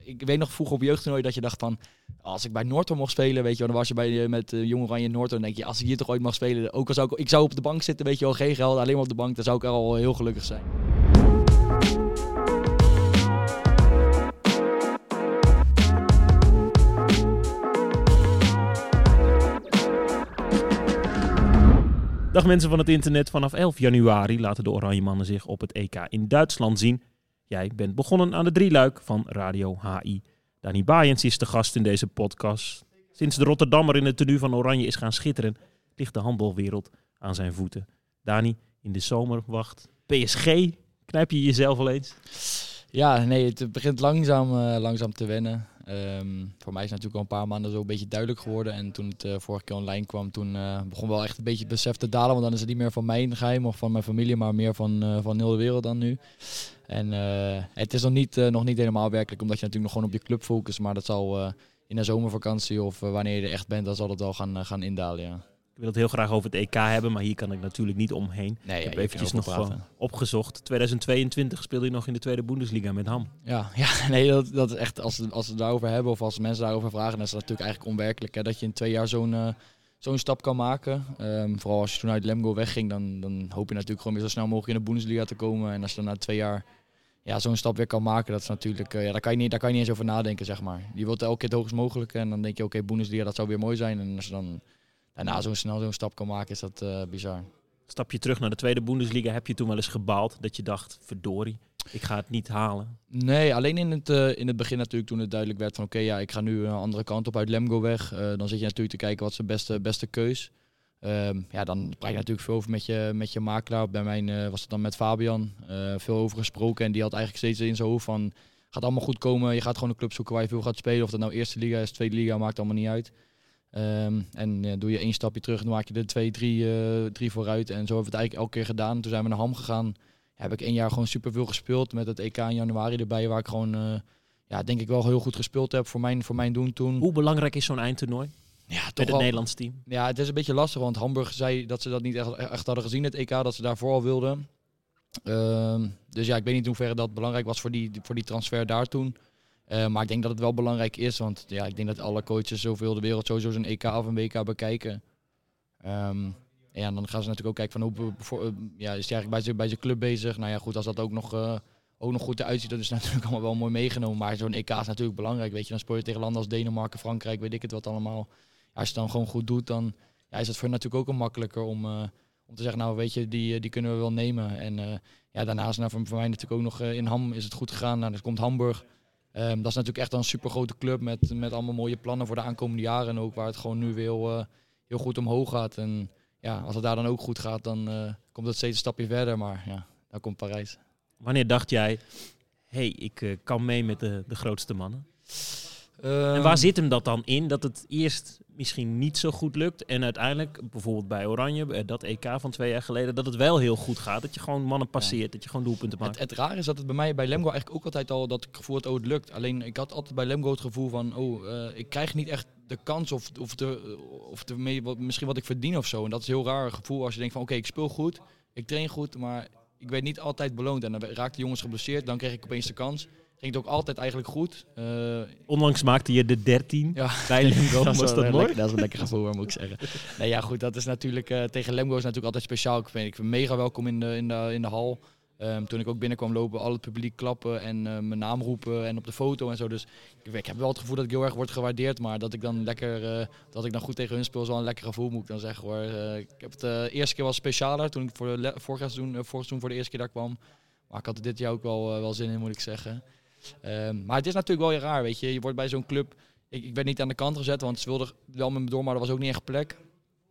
ik weet nog vroeger op jeugdtoernooi dat je dacht van, als ik bij Noordhoorn mocht spelen, weet je wel, dan was je met Jong Oranje Noordhoorn, dan denk je, als ik hier toch ooit mag spelen, ook al zou ik zou op de bank zitten, weet je wel, geen geld, alleen maar op de bank, dan zou ik er al heel gelukkig zijn. Dag mensen van het internet, vanaf 11 januari laten de Oranjemannen zich op het EK in Duitsland zien. Jij bent begonnen aan de drieluik van Radio HI. Dani Baaiens is de gast in deze podcast. Sinds de Rotterdammer in het tenue van Oranje is gaan schitteren, ligt de handbalwereld aan zijn voeten. Dani, in de zomer wacht PSG. Knijp je jezelf al eens? Ja, nee, het begint langzaam te wennen. Voor mij is het natuurlijk al een paar maanden zo een beetje duidelijk geworden. En toen het vorige keer online kwam, toen begon wel echt een beetje het besef te dalen. Want dan is het niet meer van mijn geheim of van mijn familie, maar meer van heel de wereld dan nu. En het is nog niet helemaal werkelijk, omdat je natuurlijk nog gewoon op je club focust. Maar dat zal in de zomervakantie of wanneer je er echt bent, dan zal het wel gaan indalen, ja. Ik wil het heel graag over het EK hebben, maar hier kan ik natuurlijk niet omheen. Nee, ik heb eventjes nog opgezocht. 2022 speelde je nog in de tweede Bundesliga met Hamm. Ja, nee, dat is echt, als we het daarover hebben of als mensen daarover vragen, dan is dat natuurlijk eigenlijk onwerkelijk. Hè, dat je in 2 jaar zo'n stap kan maken. Vooral als je toen uit Lemgo wegging, dan hoop je natuurlijk gewoon weer zo snel mogelijk in de Bundesliga te komen. En als je dan na 2 jaar zo'n stap weer kan maken, dat is natuurlijk, daar kan je niet eens over nadenken, zeg maar. Je wilt elke keer het hoogst mogelijke en dan denk je, oké, Bundesliga, dat zou weer mooi zijn. En als je dan daarna zo snel zo'n stap kan maken, is dat bizar. Stapje terug naar de tweede Bundesliga, heb je toen wel eens gebaald dat je dacht, verdorie, ik ga het niet halen? Nee, alleen in het begin natuurlijk, toen het duidelijk werd van oké, ik ga nu een andere kant op uit Lemgo weg. Dan zit je natuurlijk te kijken wat is de beste keus. Dan praat je natuurlijk veel over met je makelaar. Bij mij was het dan met Fabian. Veel over gesproken en die had eigenlijk steeds in zijn hoofd van, gaat allemaal goed komen. Je gaat gewoon een club zoeken waar je veel gaat spelen. Of dat nou eerste liga is, tweede liga, maakt allemaal niet uit. Doe je 1 stapje terug, dan maak je er 2, 3 vooruit. En zo hebben we het eigenlijk elke keer gedaan. Toen zijn we naar Hamm gegaan. Heb ik 1 jaar gewoon superveel gespeeld met het EK in januari erbij, waar ik gewoon denk ik wel heel goed gespeeld heb voor mijn doen toen. Hoe belangrijk is zo'n eindtoernooi? Ja, toch met het Nederlands team? Ja, het is een beetje lastig, want Hamburg zei dat ze dat niet echt hadden gezien, het EK, dat ze daarvoor al wilden. Dus ik weet niet in hoeverre dat belangrijk was voor die transfer daar toen. Maar ik denk dat het wel belangrijk is, want ik denk dat alle coaches zoveel de wereld sowieso zo'n EK of een WK bekijken. En dan gaan ze natuurlijk ook kijken van is hij eigenlijk bij zijn club bezig. Nou ja, goed, als dat ook nog goed eruit ziet, dat is natuurlijk allemaal wel mooi meegenomen. Maar zo'n EK is natuurlijk belangrijk, weet je. Dan speel je tegen landen als Denemarken, Frankrijk, weet ik het wat allemaal. Ja, als je het dan gewoon goed doet, dan is het voor je natuurlijk ook makkelijker om te zeggen, nou weet je, die kunnen we wel nemen. En daarnaast, voor mij natuurlijk ook nog in Hamm is het goed gegaan. Nou, dan komt Hamburg. Dat is natuurlijk echt een super grote club met allemaal mooie plannen voor de aankomende jaren. En ook waar het gewoon nu weer heel goed omhoog gaat. En als het daar dan ook goed gaat, dan komt het steeds een stapje verder. Maar dan komt Parijs. Wanneer dacht jij, ik kan mee met de grootste mannen? En waar zit hem dat dan in? Dat het eerst misschien niet zo goed lukt en uiteindelijk, bijvoorbeeld bij Oranje, dat EK van 2 jaar geleden, dat het wel heel goed gaat. Dat je gewoon mannen passeert, dat je gewoon doelpunten maakt. Het raar is dat het bij mij bij Lemgo eigenlijk ook altijd al dat ik gevoel had, het lukt. Alleen ik had altijd bij Lemgo het gevoel van, ik krijg niet echt de kans of misschien wat ik verdien of zo. En dat is een heel raar gevoel als je denkt van, oké, ik speel goed, ik train goed, maar ik werd niet altijd beloond. En dan raakten jongens geblesseerd, dan kreeg ik opeens de kans. Ging het ook altijd eigenlijk goed. Onlangs maakte je de 13 bij Lemgo. Was dat mooi? Dat is een lekker gevoel, moet ik zeggen. Nee, ja, goed, dat is natuurlijk tegen Lemgo is natuurlijk altijd speciaal. Ik vind mega welkom in de hal. Toen ik ook binnenkwam lopen, al het publiek klappen en mijn naam roepen en op de foto en zo. Dus ik heb wel het gevoel dat ik heel erg word gewaardeerd, maar dat ik dan dat ik dan goed tegen hun speel is wel een lekker gevoel, moet ik dan zeggen, hoor. Ik heb het de eerste keer wel specialer toen ik vorig seizoen voor de eerste keer daar kwam. Maar ik had er dit jaar ook wel zin in, moet ik zeggen. Maar het is natuurlijk wel raar, weet je. Je wordt bij zo'n club... Ik werd niet aan de kant gezet, want ze wilden wel met me door, maar er was ook niet echt plek.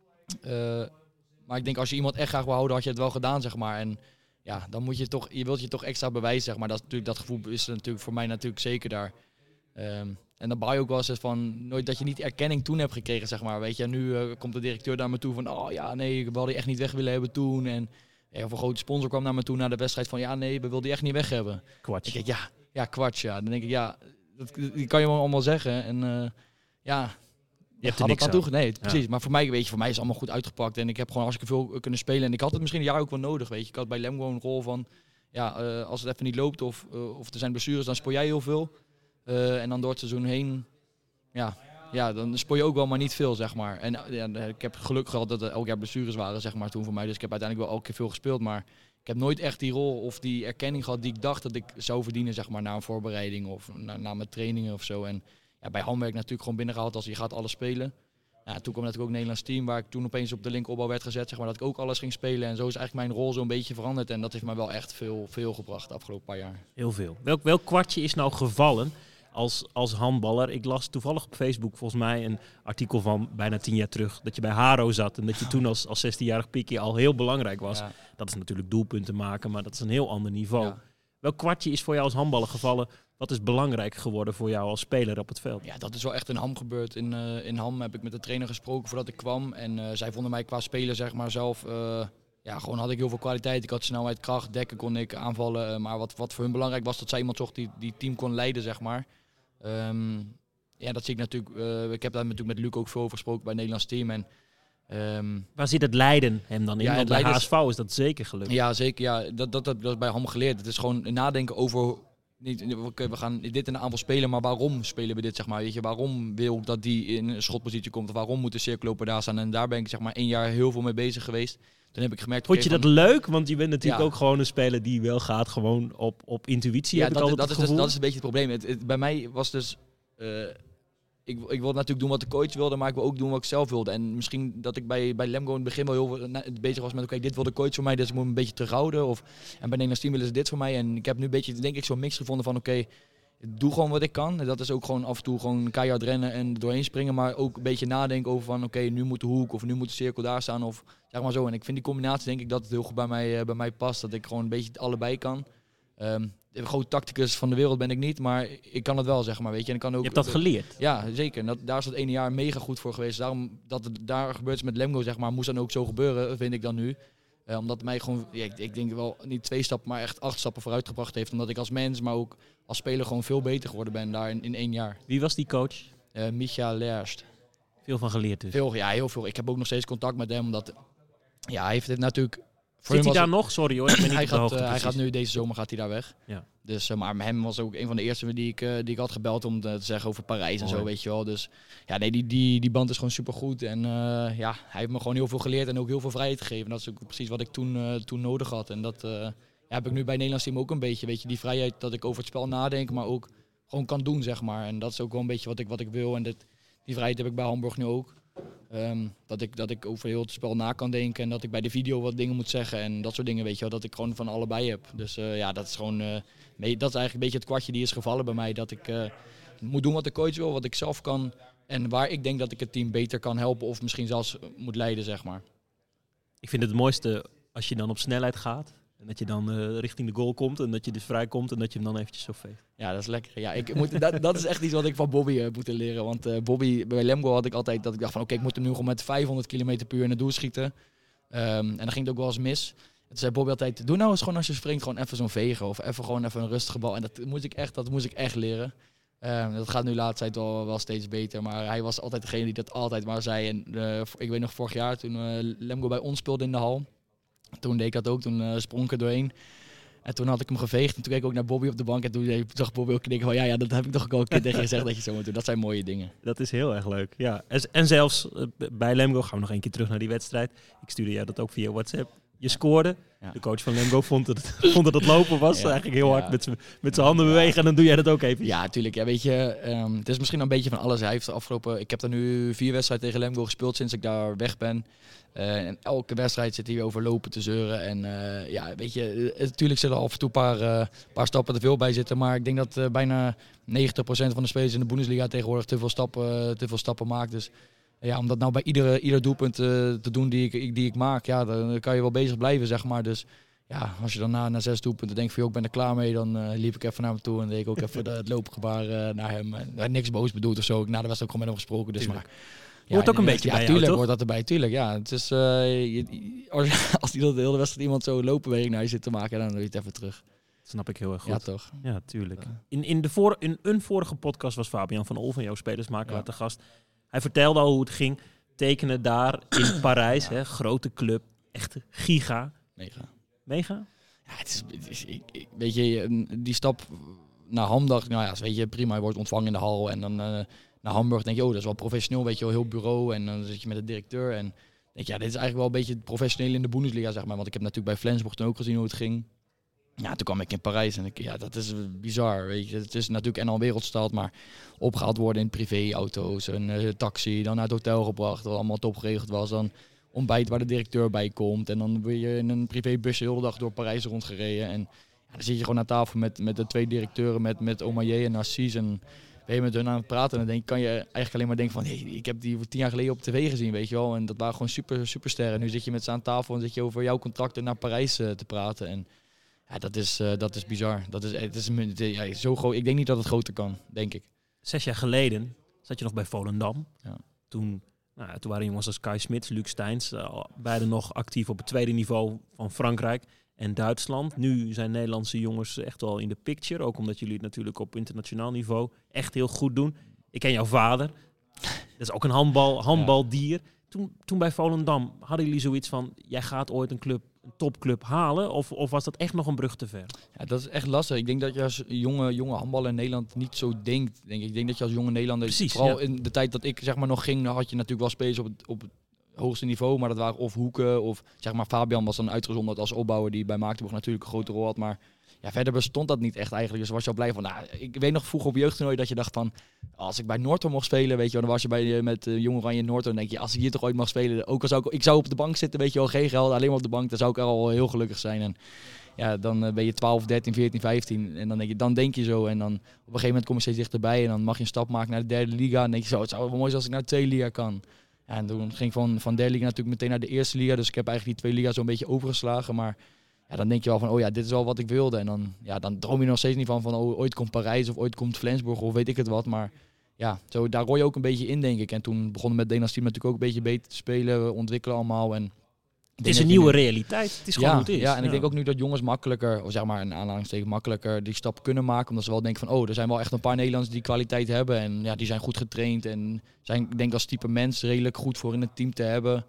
Maar ik denk, als je iemand echt graag wil houden, had je het wel gedaan, zeg maar. En dan moet je toch... Je wilt je toch extra bewijzen, zeg maar. Dat gevoel is natuurlijk voor mij natuurlijk zeker daar. En dan baal je ook wel eens van... Nooit dat je niet erkenning toen hebt gekregen, zeg maar. Weet je, nu komt de directeur naar me toe van... we hadden je echt niet weg willen hebben toen. En of een grote sponsor kwam naar me toe na de wedstrijd van... we wilden je echt niet weg hebben. Kwats. Ik denk, kwats, ja. Dan denk ik, dat kan je wel allemaal zeggen. En je hebt er niks aan toe. Nee, precies. Maar voor mij is het allemaal goed uitgepakt. En ik heb gewoon hartstikke veel kunnen spelen. En ik had het misschien een jaar ook wel nodig, weet je. Ik had bij Lemgo een rol van... als het even niet loopt of er zijn blessures, dan speel jij heel veel. En dan door het seizoen heen, ja, dan speel je ook wel, maar niet veel, zeg maar. En ik heb geluk gehad dat er elk jaar blessures waren, zeg maar, toen voor mij. Dus ik heb uiteindelijk wel elke keer veel gespeeld, maar ik heb nooit echt die rol of die erkenning gehad die ik dacht dat ik zou verdienen, zeg maar, na een voorbereiding of na mijn trainingen of zo. En ja, bij Ham werd ik natuurlijk gewoon binnengehaald als je gaat alles spelen. Ja, toen kwam natuurlijk ook een Nederlands team waar ik toen opeens op de linkeropbouw werd gezet, zeg maar, dat ik ook alles ging spelen. En zo is eigenlijk mijn rol zo'n beetje veranderd. En dat heeft mij wel echt veel gebracht de afgelopen paar jaar. Heel veel. Welk kwartje is nou gevallen als handballer? Ik las toevallig op Facebook volgens mij een artikel van bijna 10 jaar terug dat je bij Haro zat en dat je toen als 16-jarig pikkie al heel belangrijk was. Ja. Dat is natuurlijk doelpunten maken, maar dat is een heel ander niveau. Ja. Welk kwartje is voor jou als handballer gevallen? Wat is belangrijk geworden voor jou als speler op het veld? Ja, dat is wel echt in Ham gebeurd. In Ham heb ik met de trainer gesproken voordat ik kwam. En zij vonden mij qua speler, zeg maar, zelf... gewoon had ik heel veel kwaliteit. Ik had snelheid, kracht, dekken kon ik, aanvallen. Maar wat voor hun belangrijk was, dat zij iemand zocht die team kon leiden, zeg maar. Dat zie ik natuurlijk... ik heb daar natuurlijk met Luc ook veel over gesproken bij het Nederlands team. En, waar zit het leiden hem dan in? Ja, want bij HSV is dat zeker gelukt. Ja, zeker. Ja, dat is bij Ham geleerd. Het is gewoon nadenken over... we gaan dit in een aanval spelen, maar waarom spelen we dit, zeg maar? Weet je, waarom wil ik dat die in een schotpositie komt? Of waarom moet de cirkelloper daar staan? En daar ben ik, zeg maar, 1 jaar heel veel mee bezig geweest. Toen heb ik gemerkt... Vond je dat leuk? Want je bent natuurlijk ook gewoon een speler die wel gaat gewoon op intuïtie. Ja, dat is een beetje het probleem. Bij mij was dus... Ik wilde natuurlijk doen wat de coach wilde, maar ik wil ook doen wat ik zelf wilde. En misschien dat ik bij Lemgo in het begin wel heel veel bezig was met... Oké, dit wil de coach voor mij, dus ik moet me een beetje terughouden. En bij Nederlands team willen ze dit voor mij. En ik heb nu een beetje, denk ik, zo'n mix gevonden van... Oké, doe gewoon wat ik kan. En dat is ook gewoon af en toe gewoon keihard rennen en doorheen springen. Maar ook een beetje nadenken over van... Oké, nu moet de hoek of nu moet de cirkel daar staan of zeg maar zo. En ik vind die combinatie, denk ik, dat het heel goed bij mij past. Dat ik gewoon een beetje allebei kan. De grote tacticus van de wereld ben ik niet, maar ik kan het wel, zeg maar, weet je. En ik kan ook, je hebt dat geleerd? Ja, zeker. En daar is dat 1 jaar mega goed voor geweest. Daarom dat het daar gebeurt met Lemgo, zeg maar, moest dan ook zo gebeuren, vind ik dan nu. Omdat het mij gewoon, ik denk wel niet 2 stappen, maar echt 8 stappen vooruit gebracht heeft. Omdat ik als mens, maar ook als speler gewoon veel beter geworden ben daar in 1 jaar. Wie was die coach? Micha Lerst. Veel van geleerd dus? Heel veel. Ik heb ook nog steeds contact met hem, omdat hij heeft het natuurlijk... Zit hij daar nog? Sorry hoor, ik ben niet hij gaat nu, deze zomer gaat hij daar weg. Ja. Dus, maar hem was ook een van de eerste die ik had gebeld om te zeggen over Parijs en zo, weet je wel. Dus ja, nee, die band is gewoon supergoed. En hij heeft me gewoon heel veel geleerd en ook heel veel vrijheid gegeven. Dat is ook precies wat ik toen nodig had. En dat heb ik nu bij het Nederlands team ook een beetje. Weet je, die vrijheid dat ik over het spel nadenk, maar ook gewoon kan doen, zeg maar. En dat is ook wel een beetje wat ik wil. En die vrijheid heb ik bij Hamburg nu ook. Dat ik over heel het spel na kan denken en dat ik bij de video wat dingen moet zeggen en dat soort dingen, weet je wel, dat ik gewoon van allebei heb. Dus dat is gewoon, dat is eigenlijk een beetje het kwartje die is gevallen bij mij, dat ik moet doen wat de coach wil, wat ik zelf kan en waar ik denk dat ik het team beter kan helpen of misschien zelfs moet leiden, zeg maar. Ik vind het mooiste als je dan op snelheid gaat. En dat je dan richting de goal komt en dat je dus vrij komt en dat je hem dan eventjes zo veegt. Ja, dat is lekker. Ja, dat is echt iets wat ik van Bobby heb moeten leren. Want Bobby, bij Lemgo had ik altijd dat ik dacht van oké, ik moet hem nu gewoon met 500 km per uur in het doel schieten. En dan ging het ook wel eens mis. En toen zei Bobby altijd, doe nou eens gewoon als je springt gewoon even zo'n vegen of even een rustige bal. En dat moest ik echt leren. Dat gaat nu laatst tijd wel steeds beter. Maar hij was altijd degene die dat altijd maar zei. En ik weet nog vorig jaar toen Lemgo bij ons speelde in de hal. Toen deed ik dat ook, toen sprong ik er doorheen. En toen had ik hem geveegd en toen keek ik ook naar Bobby op de bank. En toen zag Bobby ook denken van ja, dat heb ik toch ook al een keer tegen je gezegd dat je zo moet doen. Dat zijn mooie dingen. Dat is heel erg leuk, ja. En zelfs bij Lemgo, gaan we nog een keer terug naar die wedstrijd. Ik stuurde jou dat ook via WhatsApp. Je scoorde. Ja. De coach van Lemgo vond dat het lopen was. Eigenlijk heel hard met zijn handen bewegen. En dan doe jij dat ook even. Ja, natuurlijk. Ja, weet je, het is misschien een beetje van alles. Hij heeft ik heb er nu 4 wedstrijden tegen Lemgo gespeeld sinds ik daar weg ben. En elke wedstrijd zit hij over lopen te zeuren. En weet je, natuurlijk zullen er af en toe een paar stappen te veel bij zitten. Maar ik denk dat bijna 90% van de spelers in de Bundesliga tegenwoordig te veel stappen maakt. Dus ja, om dat nou bij ieder doelpunt te doen die ik maak, ja, dan kan je wel bezig blijven, zeg maar. Dus ja, als je dan na 6 doelpunten denkt van, ik ben er klaar mee, dan liep ik even naar hem toe en deed ik ook even het loopgebaar naar hem. Niks boos bedoeld of zo. Ik na de wedstrijd ook gewoon met hem gesproken. Dus maar, hoort ook een beetje bij jou, tuurlijk, toch? Hoort dat erbij, tuurlijk. Ja, het is, als die de hele wedstrijd iemand zo lopenweging naar je zit te maken, dan doe je het even terug. Dat snap ik heel erg goed. Ja, toch? Ja, tuurlijk. In een vorige podcast was Fabian van Ol van jouw spelersmakelaar te gast. Hij vertelde al hoe het ging. Tekenen daar in Parijs, hè, grote club, echt giga. Mega? Ja, weet je, die stap naar Hamburg, nou ja, weet je, prima, je wordt ontvangen in de hal. En dan naar Hamburg denk je, dat is wel professioneel, weet je wel, heel bureau. En dan zit je met de directeur en denk je, dit is eigenlijk wel een beetje het professioneel in de Bundesliga, zeg maar. Want ik heb natuurlijk bij Flensburg toen ook gezien hoe het ging. Ja, toen kwam ik in Parijs en dat is bizar, weet je. Het is natuurlijk en al wereldstad, maar opgehaald worden in privéauto's, een taxi, dan naar het hotel gebracht, wat allemaal top geregeld was. Dan ontbijt waar de directeur bij komt en dan word je in een privébusje de hele dag door Parijs rondgereden. En dan zit je gewoon aan tafel met de 2 directeuren, met Omaye en Narcisse en ben je met hun aan het praten en dan kan je eigenlijk alleen maar denken van, ik heb die 10 jaar geleden op tv gezien, weet je wel. En dat waren gewoon supersterren. Nu zit je met ze aan tafel en zit je over jouw contracten naar Parijs te praten. En ja, dat is bizar. Het is zo groot. Ik denk niet dat het groter kan, denk ik. 6 jaar geleden zat je nog bij Volendam. Ja. Toen waren jongens als Kai Smits, Luc Steins, beide nog actief op het tweede niveau van Frankrijk en Duitsland. Nu zijn Nederlandse jongens echt wel in de picture. Ook omdat jullie het natuurlijk op internationaal niveau echt heel goed doen. Ik ken jouw vader. Dat is ook een handbaldier. Toen bij Volendam, hadden jullie zoiets van, jij gaat ooit een topclub halen? Of was dat echt nog een brug te ver? Ja, dat is echt lastig. Ik denk dat je als jonge handballer in Nederland niet zo denkt. Ik denk dat je als jonge Nederlander, vooral in de tijd dat ik zeg maar nog ging, dan had je natuurlijk wel spelers op het hoogste niveau. Maar dat waren of Hoeken of zeg maar Fabian was dan uitgezonderd als opbouwer die bij Magdeburg natuurlijk een grote rol had. Maar ja, verder bestond dat niet echt eigenlijk. Dus was je al blij van, ik weet nog vroeger op jeugdtoernooi dat je dacht van, als ik bij Noordhoorn mocht spelen, weet je wel, dan was je met Jong Oranje Noordhoorn, dan denk je, als ik hier toch ooit mag spelen, ook al ik zou op de bank zitten, weet je wel, geen geld, alleen maar op de bank, dan zou ik er al heel gelukkig zijn. En ja, dan ben je 12, 13, 14, 15 en dan denk je zo en dan op een gegeven moment kom je steeds dichterbij en dan mag je een stap maken naar de 3e liga en dan denk je zo, het zou wel mooi zijn als ik naar de 2e liga kan. Ja, en toen ging ik van 3e liga natuurlijk meteen naar de 1e liga, dus ik heb eigenlijk die 2 liga zo'n beetje overgeslagen, maar ja, dan denk je wel van, dit is wel wat ik wilde. En dan droom je nog steeds niet van ooit komt Parijs of ooit komt Flensburg of weet ik het wat. Maar ja, daar rol je ook een beetje in, denk ik. En toen begonnen met Dynastie natuurlijk ook een beetje beter te spelen. We ontwikkelen allemaal. En het is een nieuwe realiteit. Het is gewoon hoe het is. Ja, en ik denk ook nu dat jongens makkelijker, of zeg maar een aanhalingstekens makkelijker, die stap kunnen maken. Omdat ze wel denken van, er zijn wel echt een paar Nederlanders die kwaliteit hebben. En ja, die zijn goed getraind en zijn, ik denk als type mens redelijk goed voor in het team te hebben.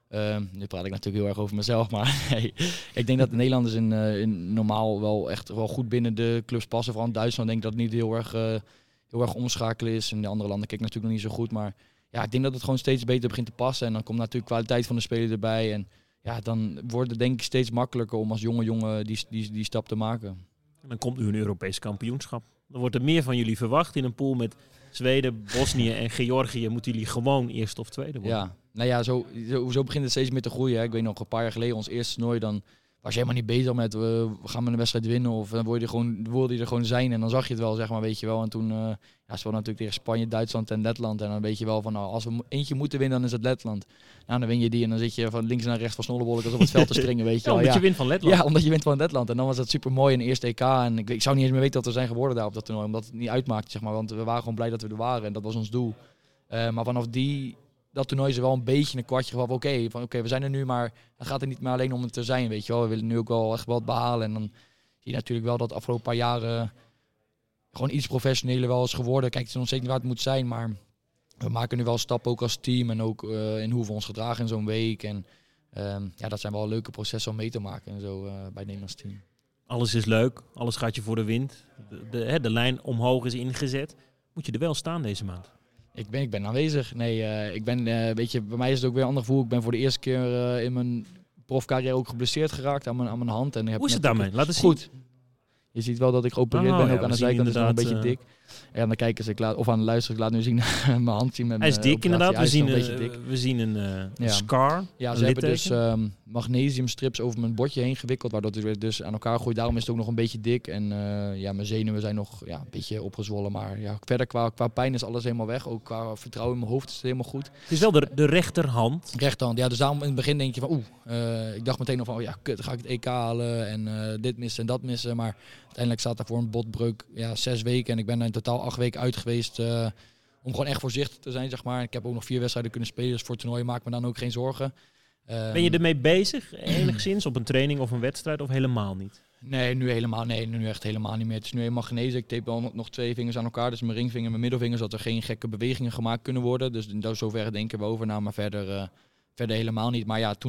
Nu praat ik natuurlijk heel erg over mezelf, maar nee, ik denk dat de Nederlanders in normaal wel echt wel goed binnen de clubs passen. Vooral in Duitsland denk ik dat het niet heel erg omschakelen is. In de andere landen kijk ik natuurlijk nog niet zo goed, maar ja, ik denk dat het gewoon steeds beter begint te passen. En dan komt natuurlijk kwaliteit van de speler erbij. En ja, dan wordt het denk ik steeds makkelijker om als jongen die stap te maken. En dan komt nu een Europees kampioenschap. Dan wordt er meer van jullie verwacht in een pool met Zweden, Bosnië en Georgië. Moeten jullie gewoon eerste of tweede worden? Ja, nou ja, zo begint het steeds meer te groeien. Hè. Ik weet nog een paar jaar geleden, ons eerste toernooi, dan was je helemaal niet bezig met we gaan een wedstrijd winnen of wilde je er gewoon zijn. En dan zag je het wel, zeg maar, weet je wel. En toen speelden natuurlijk tegen Spanje, Duitsland en Letland. En dan weet je wel van, als we eentje moeten winnen, dan is het Letland. Nou, dan win je die en dan zit je van links naar rechts van Snollebolletjes op het veld te springen, weet je wel. Omdat je wint van Letland. Ja, omdat je wint van Letland. En dan was het super mooi in de eerste EK. En ik zou niet eens meer weten wat we zijn geworden daar op dat toernooi. Omdat het niet uitmaakte, zeg maar. Want we waren gewoon blij dat we er waren. En dat was ons doel. Maar vanaf dat toernooi is er wel een beetje een kwartje van oké, we zijn er nu, maar het gaat er niet meer alleen om het te zijn, weet je wel. We willen nu ook wel echt wat behalen. En dan zie je natuurlijk wel dat de afgelopen paar jaren gewoon iets professioneler wel is geworden. Kijk, het is nog steeds niet waar het moet zijn, maar we maken nu wel stappen ook als team en ook in hoe we ons gedragen in zo'n week. En dat zijn wel leuke processen om mee te maken en zo bij het Nederlands team. Alles is leuk, alles gaat je voor de wind. De lijn omhoog is ingezet. Moet je er wel staan deze maand? Ik ben aanwezig. Nee, ik ben, bij mij is het ook weer een ander gevoel. Ik ben voor de eerste keer in mijn profcarrière ook geblesseerd geraakt aan mijn hand. En hoe is het daarmee? Laat het zien. Goed. Je ziet wel dat ik geopereerd ben, ook aan de zijkant is nog een beetje dik. Ja, aan de kijkers, of aan de luisteraars, ik laat nu zien mijn hand zien. Hij is dik inderdaad, we zien een scar. Ja, ze hebben dus magnesiumstrips over mijn bordje heen gewikkeld, waardoor het weer dus aan elkaar groeit. Daarom is het ook nog een beetje dik. En mijn zenuwen zijn nog een beetje opgezwollen. Maar ja, verder qua pijn is alles helemaal weg. Ook qua vertrouwen in mijn hoofd is het helemaal goed. Het is wel de rechterhand. Rechterhand, ja. Dus daarom in het begin denk je van ik dacht meteen nog van ga ik het EK halen en dit missen en dat missen. Maar uiteindelijk staat daar voor een botbreuk 6 weken. En ik ben er in totaal 8 weken uit geweest om gewoon echt voorzichtig te zijn, zeg maar. Ik heb ook nog 4 wedstrijden kunnen spelen, dus voor het toernooi maak ik me dan ook geen zorgen. Ben je ermee bezig, enigszins, op een training of een wedstrijd, of helemaal niet? Nee, nu echt helemaal niet meer. Het is nu helemaal genezen. Ik tape wel nog 2 vingers aan elkaar, dus mijn ringvinger en mijn middelvinger, zodat er geen gekke bewegingen gemaakt kunnen worden. Dus in zoverre denken we over na, maar verder helemaal niet. Maar ja, toen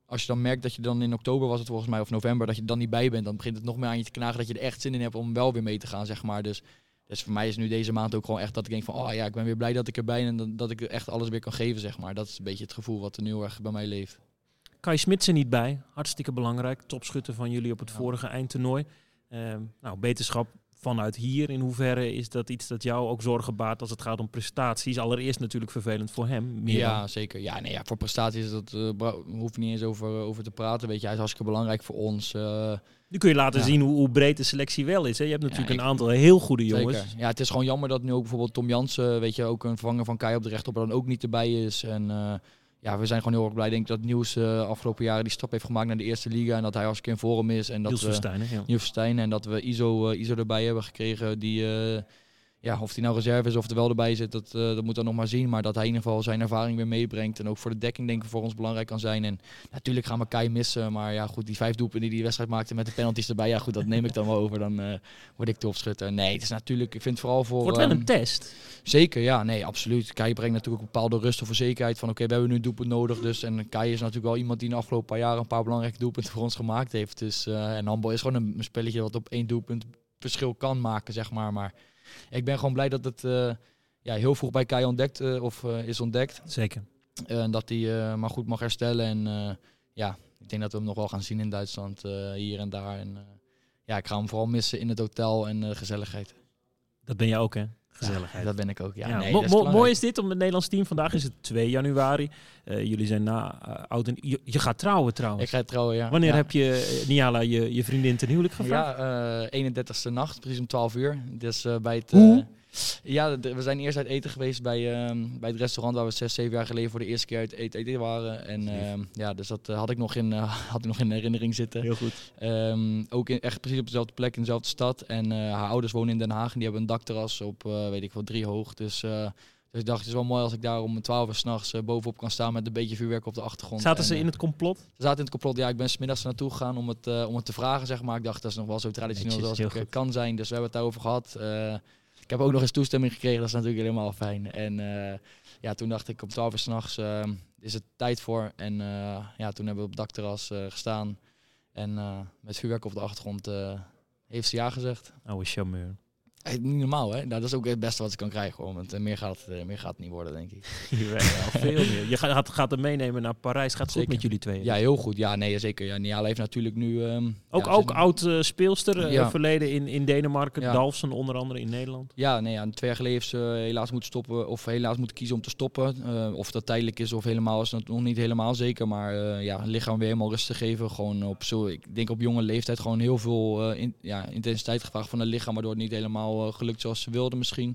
als je dan merkt dat je dan in oktober was het volgens mij, of november, dat je er dan niet bij bent, dan begint het nog meer aan je te knagen dat je er echt zin in hebt om wel weer mee te gaan, zeg maar. Dus voor mij is nu deze maand ook gewoon echt dat ik denk van, ik ben weer blij dat ik erbij ben en dat ik echt alles weer kan geven, zeg maar. Dat is een beetje het gevoel wat er nu heel erg bij mij leeft. Kai Smits er niet bij, hartstikke belangrijk, topschutter van jullie op het vorige eindtoernooi. Beterschap vanuit hier, in hoeverre is dat iets dat jou ook zorgen baart als het gaat om prestaties? Allereerst natuurlijk vervelend voor hem. Ja, zeker. Ja, voor prestaties is dat hoeft niet eens over te praten. Weet je, hij is hartstikke belangrijk voor ons. Nu kun je laten zien hoe breed de selectie wel is. Hè? Je hebt natuurlijk een aantal heel goede jongens. Zeker. Ja, het is gewoon jammer dat nu ook bijvoorbeeld Tom Jansen, weet je, ook een vervanger van Kai op de rechtop, dan ook niet erbij is. En we zijn gewoon heel erg blij, denk ik, dat Niels afgelopen jaren die stap heeft gemaakt naar de eerste liga en dat hij hartstikke in vorm is. En dat Niels Verstijnen, en dat we Iso erbij hebben gekregen die... of hij nou reserve is of er wel erbij zit, dat moet dan nog maar zien. Maar dat hij in ieder geval zijn ervaring weer meebrengt. En ook voor de dekking denk ik voor ons belangrijk kan zijn. En natuurlijk gaan we Kai missen. Maar ja, goed, die 5 doelpunten die die wedstrijd maakte met de penalties erbij. Ja goed, dat neem ik dan wel over. Dan word ik topschutter. Nee, het is natuurlijk, ik vind het vooral voor... Wordt wel een test. Zeker, ja, nee, absoluut. Kai brengt natuurlijk een bepaalde rust of zekerheid van we hebben nu een doelpunt nodig. Dus, en Kai is natuurlijk wel iemand die in de afgelopen paar jaren een paar belangrijke doelpunten voor ons gemaakt heeft. Dus, en handbal is gewoon een spelletje dat op 1 doelpunt verschil kan maken, zeg maar. Maar ik ben gewoon blij dat het heel vroeg bij Kai is ontdekt. Zeker. En dat hij maar goed mag herstellen. En ik denk dat we hem nog wel gaan zien in Duitsland, hier en daar. En ik ga hem vooral missen in het hotel en gezelligheid. Dat ben je ook, hè? Gezelligheid. Ja, dat ben ik ook, ja. Mooi is dit om het Nederlands team. Vandaag is het 2 januari. Jullie zijn oud en... Je gaat trouwen trouwens. Ik ga trouwen, ja. Wanneer heb je, Niala, je vriendin ten huwelijk gevraagd? Ja, 31ste nacht, precies om 12 uur. Dus bij het... we zijn eerst uit eten geweest bij het restaurant waar we 6-7 jaar geleden voor de eerste keer uit eten waren. En dus dat had ik nog in herinnering zitten. Heel goed. Ook echt precies op dezelfde plek in dezelfde stad. En haar ouders wonen in Den Haag en die hebben een dakterras op, 3 hoog. Dus ik dacht, het is wel mooi als ik daar om 12 uur 's nachts bovenop kan staan met een beetje vuurwerk op de achtergrond. Zaten ze in het complot? Ze zaten in het complot, ja. Ik ben 's middags naartoe gegaan om het te vragen, zeg maar. Ik dacht, dat is nog wel zo traditioneel als ik kan zijn. Dus we hebben het daarover gehad. Ik heb ook nog eens toestemming gekregen, dat is natuurlijk helemaal fijn. En toen dacht ik, om 12 uur 's nachts is het tijd voor. En toen hebben we op het dakterras gestaan. En met vuurwerk op de achtergrond heeft ze ja gezegd. Oude charmeur. Niet normaal, hè? Nou, dat is ook het beste wat ze kan krijgen, hoor. Want meer gaat het niet worden, denk ik. Veel meer. Je gaat hem meenemen naar Parijs. Gaat het goed met jullie tweeën? Ja, heel goed. Ja, nee, zeker. Ja, Niala heeft natuurlijk nu... ook oud speelster, verleden in Denemarken. Ja. Dalfsen onder andere in Nederland. Ja, 2 jaar geleden heeft ze helaas moeten stoppen. Of helaas moeten kiezen om te stoppen. Of dat tijdelijk is of helemaal is dat nog niet helemaal zeker. Maar het lichaam weer helemaal rust te geven. Gewoon ik denk op jonge leeftijd gewoon heel veel intensiteit gevraagd van het lichaam. Waardoor het niet helemaal gelukt zoals ze wilde misschien.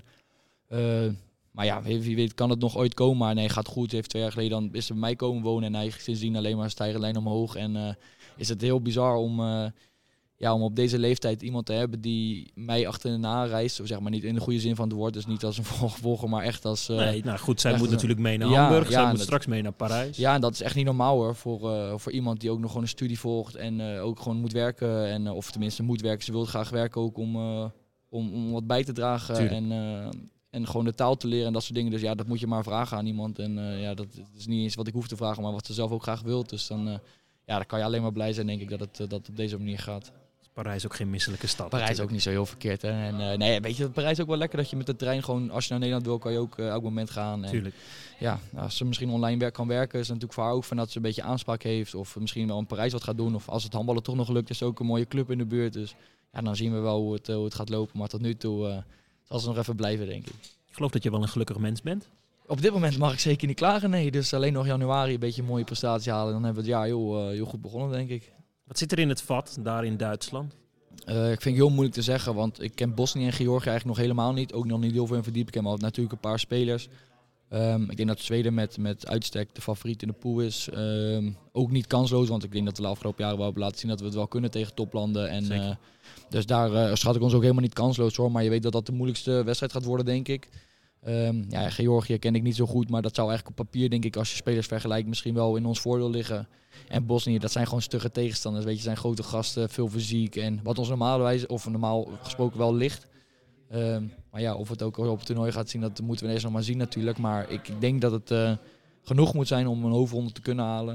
Maar ja, wie weet kan het nog ooit komen. Maar nee, gaat goed. Heeft 2 jaar geleden dan is ze bij mij komen wonen. En eigenlijk sindsdien alleen maar een stijgerlijn omhoog. En is het heel bizar om op deze leeftijd iemand te hebben die mij achterna reist. Zeg maar niet in de goede zin van het woord. Dus niet als een volger, maar echt als... zij moet natuurlijk mee naar Hamburg. Zij moet straks mee naar Parijs. Ja, en dat is echt niet normaal, hoor. Voor iemand die ook nog gewoon een studie volgt. En ook gewoon moet werken. Of tenminste moet werken. Ze wil graag werken ook om wat bij te dragen en gewoon de taal te leren en dat soort dingen. Dus ja, dat moet je maar vragen aan iemand. En dat is niet eens wat ik hoef te vragen, maar wat ze zelf ook graag wil. Dus dan kan je alleen maar blij zijn, denk ik, dat het op deze manier gaat. Parijs ook geen misselijke stad. Parijs natuurlijk. Ook niet zo heel verkeerd. Hè? En weet je, Parijs ook wel lekker dat je met de trein gewoon, als je naar Nederland wil, kan je ook elk moment gaan. Tuurlijk. Ja, als ze misschien online kan werken, is het natuurlijk voor haar ook van dat ze een beetje aanspraak heeft. Of misschien wel in Parijs wat gaat doen. Of als het handballen toch nog lukt, is er ook een mooie club in de buurt. Dus ja, dan zien we wel hoe het gaat lopen. Maar tot nu toe zal ze nog even blijven, denk ik. Ik geloof dat je wel een gelukkig mens bent. Op dit moment mag ik zeker niet klagen, nee. Dus alleen nog januari een beetje een mooie prestatie halen. Dan hebben we het jaar heel goed begonnen, denk ik. Wat zit er in het vat, daar in Duitsland? Ik vind het heel moeilijk te zeggen, want ik ken Bosnië en Georgië eigenlijk nog helemaal niet. Ook nog niet heel veel in verdiept. Ik ken wel natuurlijk een paar spelers. Ik denk dat Zweden met uitstek de favoriet in de pool is. Ook niet kansloos, want ik denk dat we de afgelopen jaren wel hebben laten zien dat we het wel kunnen tegen toplanden. En dus daar schat ik ons ook helemaal niet kansloos voor. Maar je weet dat dat de moeilijkste wedstrijd gaat worden, denk ik. Georgië ken ik niet zo goed, maar dat zou eigenlijk op papier, denk ik, als je spelers vergelijkt, misschien wel in ons voordeel liggen. En Bosnië, dat zijn gewoon stugge tegenstanders. Weet je, zijn grote gasten, veel fysiek en wat ons normaal gesproken wel ligt. Maar ja, of het ook op het toernooi gaat zien, dat moeten we eerst nog maar zien natuurlijk. Maar ik denk dat het genoeg moet zijn om een hoofdronde te kunnen halen.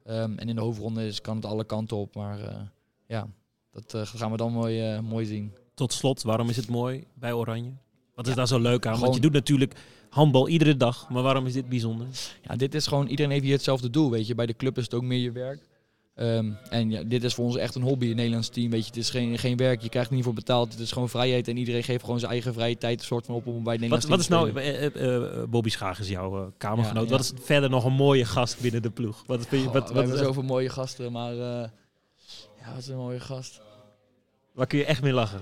En in de hoofdronde kan het alle kanten op. Maar dat gaan we dan mooi zien. Tot slot, waarom is het mooi bij Oranje? Wat is daar zo leuk aan? Want je doet natuurlijk handbal iedere dag. Maar waarom is dit bijzonder? Ja, dit is gewoon, iedereen heeft hier hetzelfde doel. Weet je. Bij de club is het ook meer je werk. Dit is voor ons echt een hobby, een Nederlands team. Weet je, het is geen werk, je krijgt er niet voor betaald. Het is gewoon vrijheid en iedereen geeft gewoon zijn eigen vrije tijd soort van op om bij het Nederlands team te spelen. Wat is nou, Bobby Schaag is jouw kamergenoot. Ja. Wat is verder nog een mooie gast binnen de ploeg? We hebben zoveel mooie gasten, maar wat is een mooie gast. Waar kun je echt mee lachen?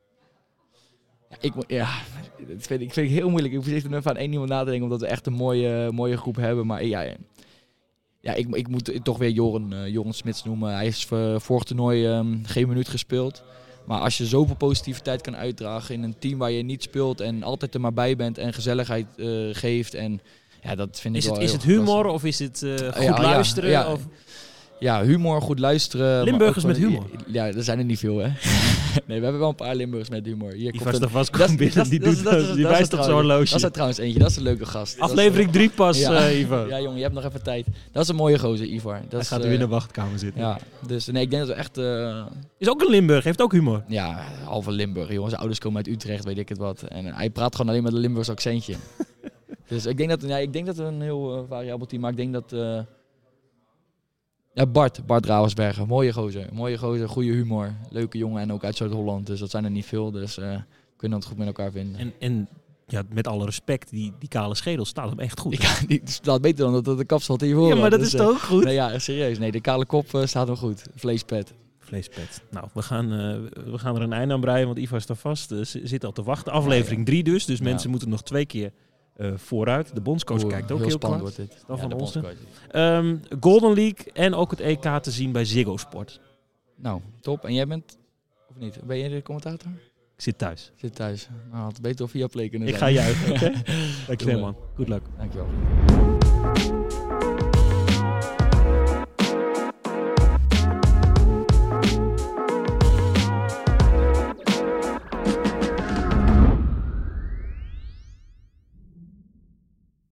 Dat vind ik heel moeilijk. Ik zit er nu aan één iemand na te denken, omdat we echt een mooie groep hebben. Maar ik moet toch weer Joren Smits noemen. Hij heeft vorig toernooi geen minuut gespeeld. Maar als je zoveel positiviteit kan uitdragen in een team waar je niet speelt en altijd er maar bij bent en gezelligheid geeft. En ja, dat vind ik wel heel Is het humor of is het goed luisteren? Ja. Of? Ja, humor, goed luisteren. Limburgers met humor? Ja, er zijn er niet veel, hè. Nee, we hebben wel een paar Limburgers met humor. Die wijst op zo'n horloge. Dat is er trouwens eentje, dat is een leuke gast. Aflevering 3 pas, Ivar. Ja, jongen, je hebt nog even tijd. Dat is een mooie gozer, Ivar. Hij gaat weer in de wachtkamer zitten. Ja, dus nee, ik denk dat we echt... Is ook een Limburg, heeft ook humor. Ja, halve Limburg, jongens. Zijn ouders komen uit Utrecht, weet ik het wat. En hij praat gewoon alleen met een Limburgs accentje. Dus ik denk dat we een heel variabel team, maar ik denk dat... Ja, Bart Ravensbergen, mooie gozer, goede humor, leuke jongen en ook uit Zuid-Holland, dus dat zijn er niet veel, dus we kunnen het goed met elkaar vinden. En ja, met alle respect, die kale schedel staat hem echt goed. Ja, die staat beter dan dat de kapsel hiervoor. Ja, maar dat is toch ook goed? Nee, ja, serieus, nee, de kale kop staat hem goed, vleespet. Nou, we gaan er een einde aan breien, want Ivar staat vast, zit al te wachten. Aflevering 3 dus mensen moeten nog 2 keer... vooruit. De bondscoach kijkt ook heel spannend kwart. wordt dit. Dan van ons. Golden League en ook het EK te zien bij Ziggo Sport. Nou, top. En jij bent, of niet? Ben jij de commentator? Ik zit thuis. Nou, had het beter of via Play kunnen zijn. Ik ga juichen, oké? Dankjewel, man. Good luck. Dankjewel.